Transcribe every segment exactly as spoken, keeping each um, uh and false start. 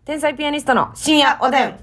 天才ピアニストの深夜おでん。ど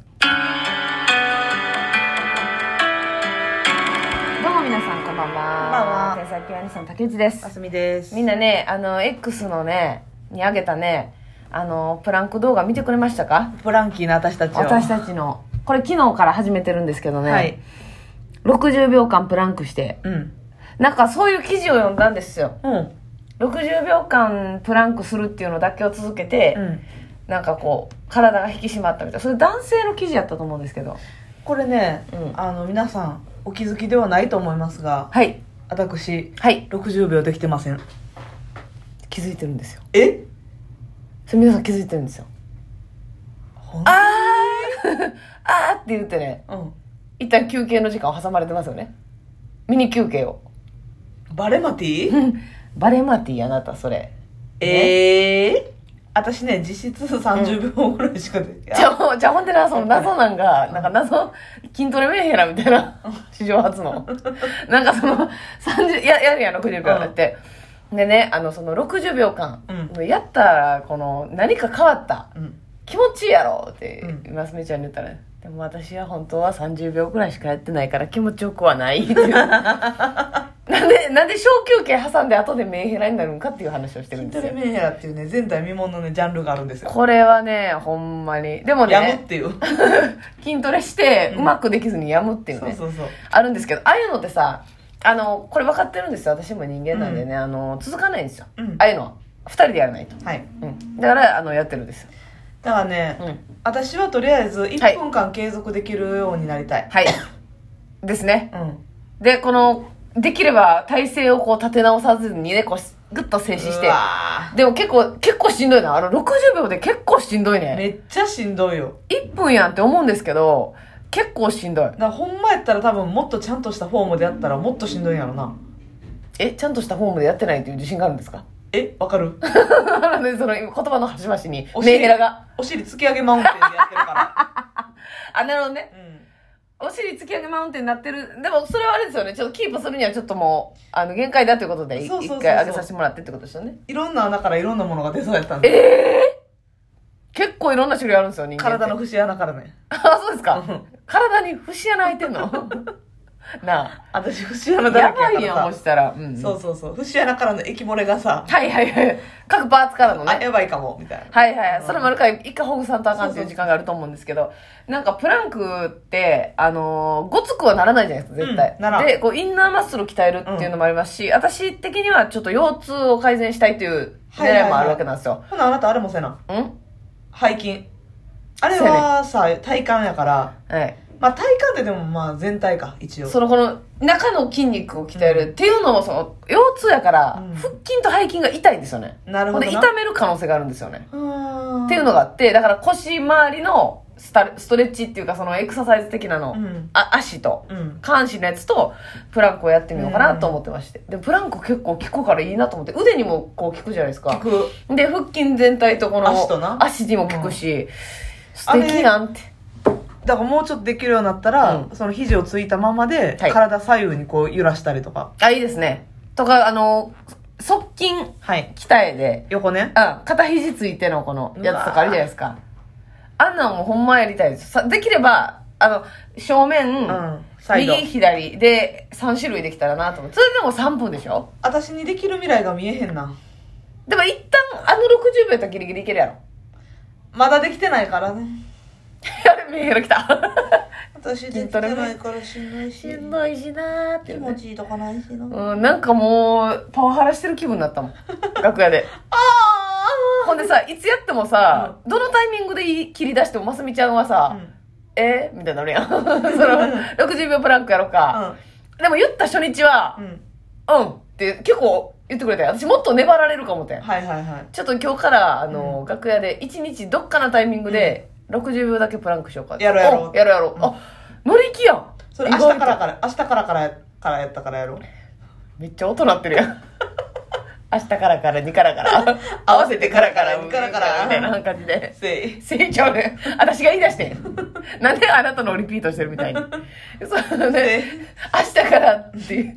うも皆さんこんばんは。 こんばんは。 天才ピアニストの竹内です。 あすみです。 みんなね、あの X のねに上げたね、あのプランク動画見てくれましたか？ プランキーな私たちを。 私たちのこれ昨日から始めてるんですけどね、 はい、 ろくじゅうびょうかんプランクして、 うん、 なんかそういう記事を読んだんですよ、 うん、 ろくじゅうびょうかんプランクするっていうのだけを続けて、うん、なんかこう体が引き締まったみたいな、それ男性の記事やったと思うんですけど、 これね、うん、あの皆さんお気づきではないと思いますが、 はい、 私、 はい、 ろくじゅうびょうできてません。 気づいてるんですよ。 え？ それ皆さん気づいてるんですよ。あーあーって言ってね、うん、一旦休憩の時間を挟まれてますよね。ミニ休憩を。 バレマティバレマティあなたそれ。 ええー、私ね実質さんじゅうびょうぐらいしかできない、うん、 じゃあじゃあほんでな、その謎なんか、なんか謎筋トレメンヘラみたいな史上初のなんかそのさんじゅうややるやんろくじゅうびょうだって、うん、でね、あのそのろくじゅうびょうかん、うん、やったらこの何か変わった、うん、気持ちいいやろってますみちゃんに言ったら、でも私は本当はさんじゅうびょうくらいしかやってないから気持ちよくはないっていうなんで、なんで小休憩挟んで後でメンヘラになるんかっていう話をしてるんですよ。 筋トレメンヘラっていうね、前代未聞のねジャンルがあるんですよ。 これはね、ほんまにでもね、 やむっていう筋トレしてうまくできずにやむっていうね、うん、そうそうそうあるんですけど、ああいうのってさ、あのこれ分かってるんですよ、私も人間なんでね、うん、あの続かないんですよ、うん、ああいうのはふたりでやらないと、はい、うん、だからあのやってるんですよ。 だからね、うん、私はとりあえずいっぷんかん継続できるようになりたい。はい、ですね、うん、でこのできれば体勢をこう立て直さずにね、こうグッと静止して、でも結構結構しんどいな、あのろくじゅうびょうで結構しんどいね。 めっちゃしんどいよ。 いっぷんやんって思うんですけど結構しんどい。だからほんまやったら多分もっとちゃんとしたフォームでやったらもっとしんどいんやろな。 え、ちゃんとしたフォームでやってないっていう自信があるんですか？ え、わかるでその言葉の端々にメンヘラがお尻突き上げマウンテンでやってるからあ、なるほどね、うん、お尻突き上げマウンテンになってる。でもそれはあれですよね、ちょっとキープするにはちょっともうあの限界だということで一回上げさせてもらってってことですよね。 いろんな穴からいろんなものが出そうやったんで。 えー、結構いろんな種類あるんですよ、人間って。 体の節穴からね。 あ、そうですか体に節穴開いてんのなあ、 私節穴だらけやからさ。 やばいやん、もしたら、うん、 そうそうそう、節穴からの液漏れがさ、 はいはいはい各パーツからのね、 あ、やばいかもみたいな。 はいはい、うん、それもあるから一回ほぐさんとあかんっていう時間があると思うんですけど、なんかプランクってあのー、ごつくはならないじゃないですか絶対、うん、ならでこうインナーマッスルを鍛えるっていうのもありますし、うん、私的にはちょっと腰痛を改善したいという狙いもあるわけなんですよ。 ほなあなたあれもせな、ん背筋あれはさ体幹やから、はい、まあ、体幹ってでもまあ全体か一応。 そのこの中の筋肉を鍛える、うん、っていうのもその腰痛やから、うん、腹筋と背筋が痛いんですよね。なるほどな。で痛める可能性があるんですよね。っていうのがあって、だから腰周りのスタストレッチっていうかそのエクササイズ的なの、うん、あ足と、うん、下半身のやつとプランクをやってみようかなと思ってまして、うん、でプランク結構効くからいいなと思って、腕にもこう効くじゃないですか。効く。で腹筋全体とこの足とな足にも効くし、うん、素敵やんって。 だからもうちょっとできるようになったら、うん、その肘をついたままで、はい、体左右にこう揺らしたりとか。 あ、いいですね。とか、あの、側筋、はい、鍛えで。 横ね。 うん。片肘ついてのこのやつとかあるじゃないですか。あんなんもほんまやりたいです。さできれば、あの、正面、うん、右、左でさんしゅるいできたらなと思って。それでもさんぷんでしょ？ 私にできる未来が見えへんな。 でも一旦、あのろくじゅうびょうやったらギリギリいけるやろ。 まだできてないからね。 あれ、メンヘラ来た。 私できてないからしんどいし。 しんどいしなーって、 ね。気持ちいいとかないしな。 うん、なんかもう、パワハラしてる気分になったもん。楽屋で。あーほんでさ、いつやってもさ、うん、どのタイミングで切り出しても、ますみちゃんはさ、うん、えー、みたいになるやん。その、ろくじゅうびょうプランクやろうか。うん、でも言った初日は、うん、うんって結構言ってくれたよ。私もっと粘られるかもって。はいはいはい。ちょっと今日から、あの、うん、楽屋でいちにちどっかのタイミングで、ろくじゅうびょうだけプランクしようかって。 やろうやろう。 やろうやろう。うん、あ、乗り気やん。 それ明日からから、明日からから、からやったからやろう。 めっちゃ音鳴ってるやん。明日からからにからから合わせてからからにからからみたいな感じで。せい。せいちゃうね。私が言い出してん。なんであなたのリピートしてるみたいに。そうね。明日からっていう。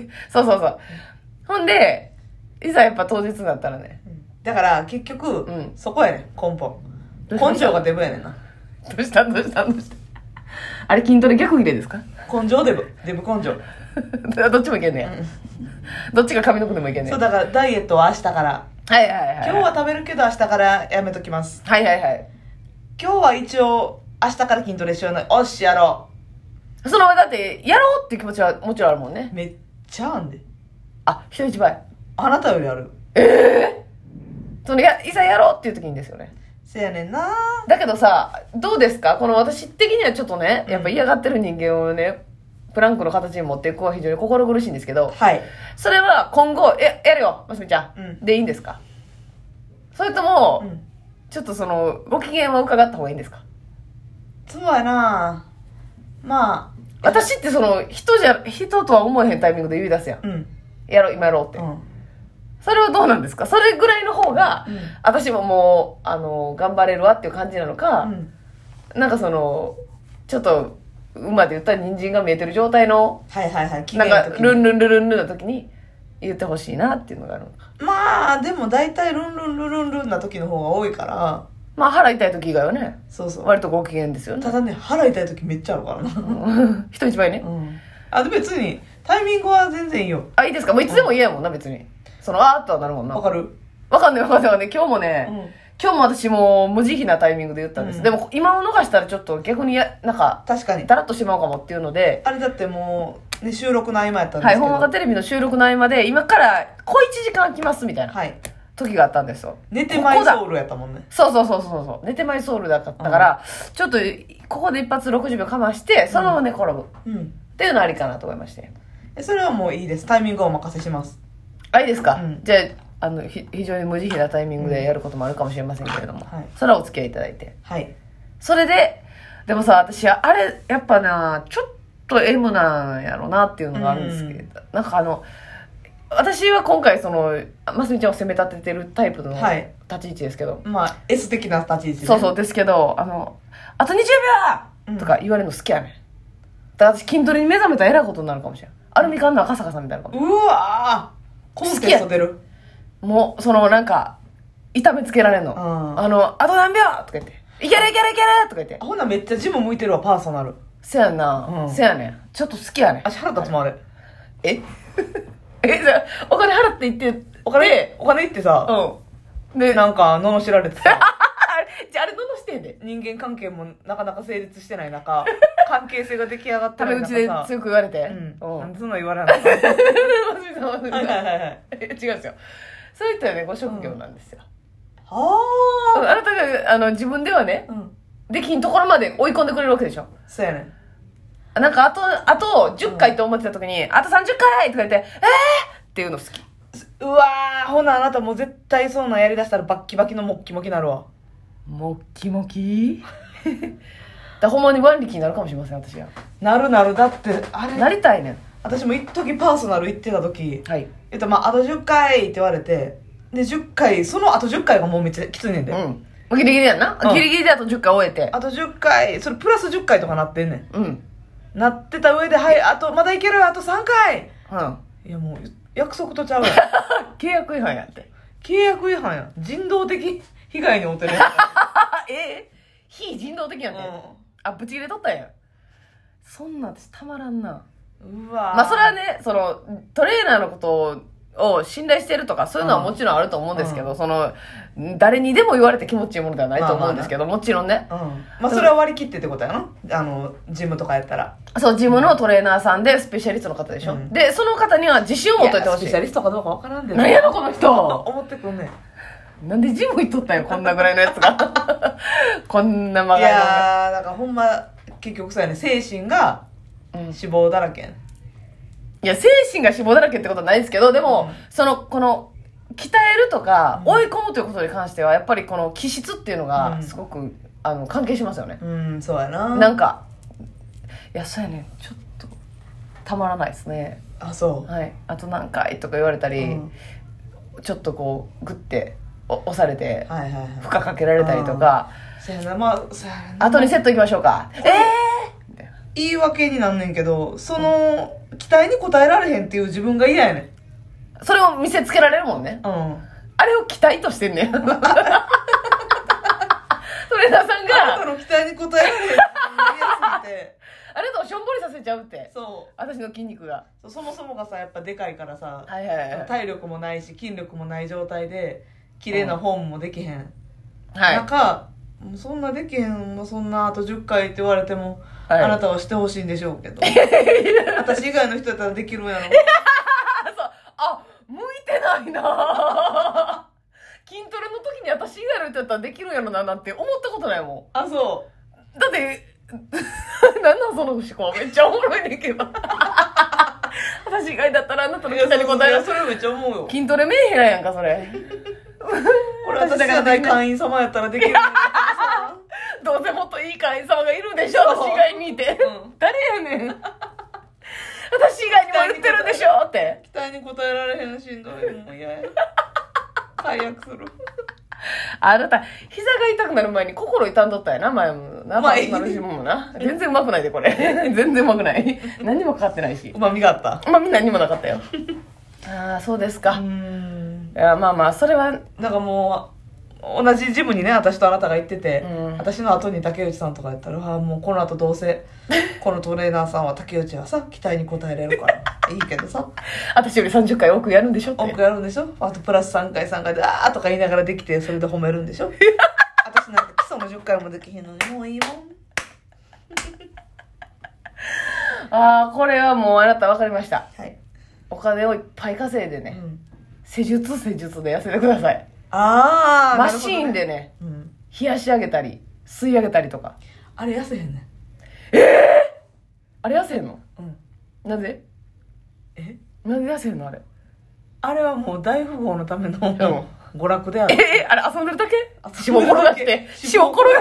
そうそうそう。ほんで、いざやっぱ当日になったらね。 だから結局、うん、そこやね、根本。 根性がデブやねんな。 どうしたどうしたどうしたあれ筋トレ逆切れですか？ 根性デブ。デブ根性。 どっちもいけんねや、うん、どっちが髪の毛でもいけんねや。 そうだからダイエットは明日から。 はいはいはい、はい、 今日は食べるけど明日からやめときます。 はいはいはい。 今日は一応明日から筋トレしようの。おっしやろう。そのだってやろうっていう気持ちはもちろんあるもんね。 めっちゃあんで。 あ、人一倍。 あなたよりある。 ええー、そのやいざやろうっていう時にですよね。 せやねんな。 だけどさ、どうですか、この私的にはちょっとね、やっぱ嫌がってる人間をね、プランクの形に持っていくのは非常に心苦しいんですけど、 はい。 それは今後、え、やるよ、ますみちゃん、うん、でいいんですか？それとも、うん、ちょっとその、ご機嫌は伺った方がいいんですか？ そうやな。まあ、 私ってその、人じゃ、人とは思えへんタイミングで言い出すやん。うん、やろう、今やろうって。うん、それはどうなんですか？それぐらいの方が、うん、私ももう、あの、頑張れるわっていう感じなのか、うん、なんかその、ちょっと、馬で言ったら人参が見えてる状態の、 はいはいはい、 なんか、ルンルンルルンルンな時に言ってほしいなっていうのがあるのか。 まあ、でも大体ルンルンルルンルンな時の方が多いから、 まあ腹痛い時以外はね、 そうそう。 割とご機嫌ですよね。 ただね、腹痛い時めっちゃあるからな。 人一倍ね。 うん。あ、で別に、タイミングは全然いいよ。 あ、いいですか？もういつでも嫌やもんな、別に。その、あーっとはなるもんな。 わかる？ わかんないわかんないわかんない。今日もね、うん、今日も私も無慈悲なタイミングで言ったんです。うん、でも今を逃したらちょっと逆にや、なんか、 確かに。 だらっとしまうかもっていうので。 あれだってもう、ね、収録の合間やったんですけど。 はい、本間テレビの収録の合間で、今から小いちじかん空きますみたいな。はい。時があったんですよ。 寝てまいソウルやったもんね。 そうそうそうそうそう。寝てまいソウルだったから、うん、ちょっと、ここで一発ろくじゅうびょう我慢して、そのまま寝転ぶ。うん。っていうのありかなと思いまして。 それはもういいです。タイミングをお任せします。 あ、いいですか？うん、じゃあ、あの、ひ非常に無慈悲なタイミングでやることもあるかもしれませんけれども。うん、はい。それはお付き合いいただいて。 はい。 それで、でもさ、私、あれ、やっぱな、ちょっと M なんやろなっていうのがあるんですけど、うん、なんかあの、私は今回そのますみちゃんを責め立ててるタイプの立ち位置ですけど、はい、 まあ S 的な立ち位置、ね、 そうそうですけど、あのあとにじゅうびょうとか言われるの好きやねん、うん、だから私筋トレに目覚めたらえらいことになるかもしれん。アルミ缶の赤坂さんみたいなかも。 うわー、コンテスト出る。 もうそのなんか痛めつけられんの、うん、あのあと何秒とか言っていけるいけるいけるとか言って、 ほなめっちゃジム向いてるわ、パーソナル。 せやんな、うん、せやねん、ちょっと好きやねん。 足腹立つもんあれ。 ええ、じゃあお金払って行ってお金お金行ってさ、うん、でなんか罵られてさじゃああれ罵してんで、 人間関係もなかなか成立してない中関係性が出来上がってない中さ、タメ口で強く言われて、 うん、なんでそんな言われないのはいはいはいはい違うんですよ、そういったねご職業なんですよ、 うん、はあ、あなたがあの自分ではね、うん、できんところまで追い込んでくれるわけでしょ。 そうやね。 なんかあと、あとじゅっかいと思ってた時に、うん、あとさんじゅっかいとか言って、えーっていうの好き。 うわー、ほなあなたもう絶対そうなんやりだしたらバッキバキのモッキモキなるわ。 モッキモキだほんまに腕力になるかもしれません、私は。 なるなる、だってあれなりたいねん。 私も一時パーソナル行ってた時、 はい、 えっとまああとじゅっかいって言われて、でじゅっかい、そのあとじゅっかいがもうめっちゃきついねんで、 うん、ギリギリやんな、うん、ギリギリであとじゅっかい終えて、 あとじゅっかい、それプラスじゅっかいとかなってんねん、 うん、 なってた上で、はい、あとまだいける、あとさんかい、 うん、 いやもう約束とちゃうやん契約違反やって。 契約違反やん、人道的被害に遭ってるえー、非人道的やんね、うん、あ、ブチ切れとったやん。そんなん私たまらんな。 うわまあそれはね、そのトレーナーのことを信頼してるとかそういうのはもちろんあると思うんですけど、うん、その誰にでも言われて気持ちいいものではないと思うんですけど、まあまあ、もちろんね、 うん、まあそれは割り切ってってことやな、あのジムとかやったら。 そう、ジムのトレーナーさんでスペシャリストの方でしょ、うん、でその方には自信を持っといてほしい。 スペシャリストかどうかわからんで、 何やろこの人思ってくんねん。 なんでジム行っとったんよ、こんなぐらいのやつがこんな曲がりの。 いやー、だからほんま結局そうやね、精神が脂肪だらけやね、 うん、いや精神が脂肪だらけってことはないですけど、でも、うん、そのこの鍛えるとか、うん、追い込むということに関してはやっぱりこの気質っていうのがすごく、うん、あの関係しますよね。 うん、そうやな。 なんかいやそうやね、ちょっとたまらないですね。 あ、そう、 はい、あと何回とか言われたり、うん、ちょっとこうグッて押されて、はいはいはい、負荷かけられたりとか、 そうやな、まあそうやな、 あとにセットいきましょうか、えー言い訳になんねんけど、その、うん、期待に応えられへんっていう自分が嫌やねん。 それを見せつけられるもんね。うん。あれを期待としてんねん。それレナさんがあなたの期待に応えられへん嫌すぎてあれとしょんぼりさせちゃうって。 そう私の筋肉が。 そ, そもそもがさやっぱでかいからさ、 はいはいはい、 体力もないし筋力もない状態で綺麗なフォームもできへん、 うん、はい、 なんかもうそんなできへんもうそんなあとじゅっかいって言われても、はい、あなたはしてほしいんでしょうけど私以外の人やったらできるんやろそうあ向いてないな筋トレの時に私以外の人やったらできるんやろななんて思ったことないもん。あそうだってなんなんその思考めっちゃおもろいねんけど私以外だったらあなたの期待に応える。 それめっちゃ思うよ。 筋トレメンヘラやんかそれこれ私がない会員様やったらできるどうせもっといい会員様がいるでしょ私以外にいて、うん、誰やねん私以外にも言ってるでしょって期待に応えられへんのしんどいもう嫌や解約するあなた膝が痛くなる前に心痛んどったやな前もな、まあ、なるしもな全然うまくないでこれ全然うまくない何にもかかってないしうまみがあったうまみ何にもなかったよああそうですか。うーんいやまあまあそれはなんかもう同じジムにね私とあなたが行ってて、うん、私の後に竹内さんとかやったらあもうこの後どうせこのトレーナーさんは竹内はさ期待に応えれるからいいけどさ私よりさんじゅっかい多くやるんでしょって多くやるんでしょあとプラスさんかいさんかいであーとか言いながらできてそれで褒めるんでしょ私なんか基礎もじゅっかいもできへんのにもういいもんああこれはもうあなた分かりました、 はい、 お金をいっぱい稼いでね、うん、施術施術で痩せてください。 ああマシーンでね、うん、冷やし上げたり吸い上げたりとか。 あれ痩せへんねん。 ええー、あれ痩せへんの？うん。なぜ？ え？ なんで痩せへんのあれ？ あれはもう大富豪のための娯楽である。 えー、あれ遊んでるだけ？脂肪転がして脂肪転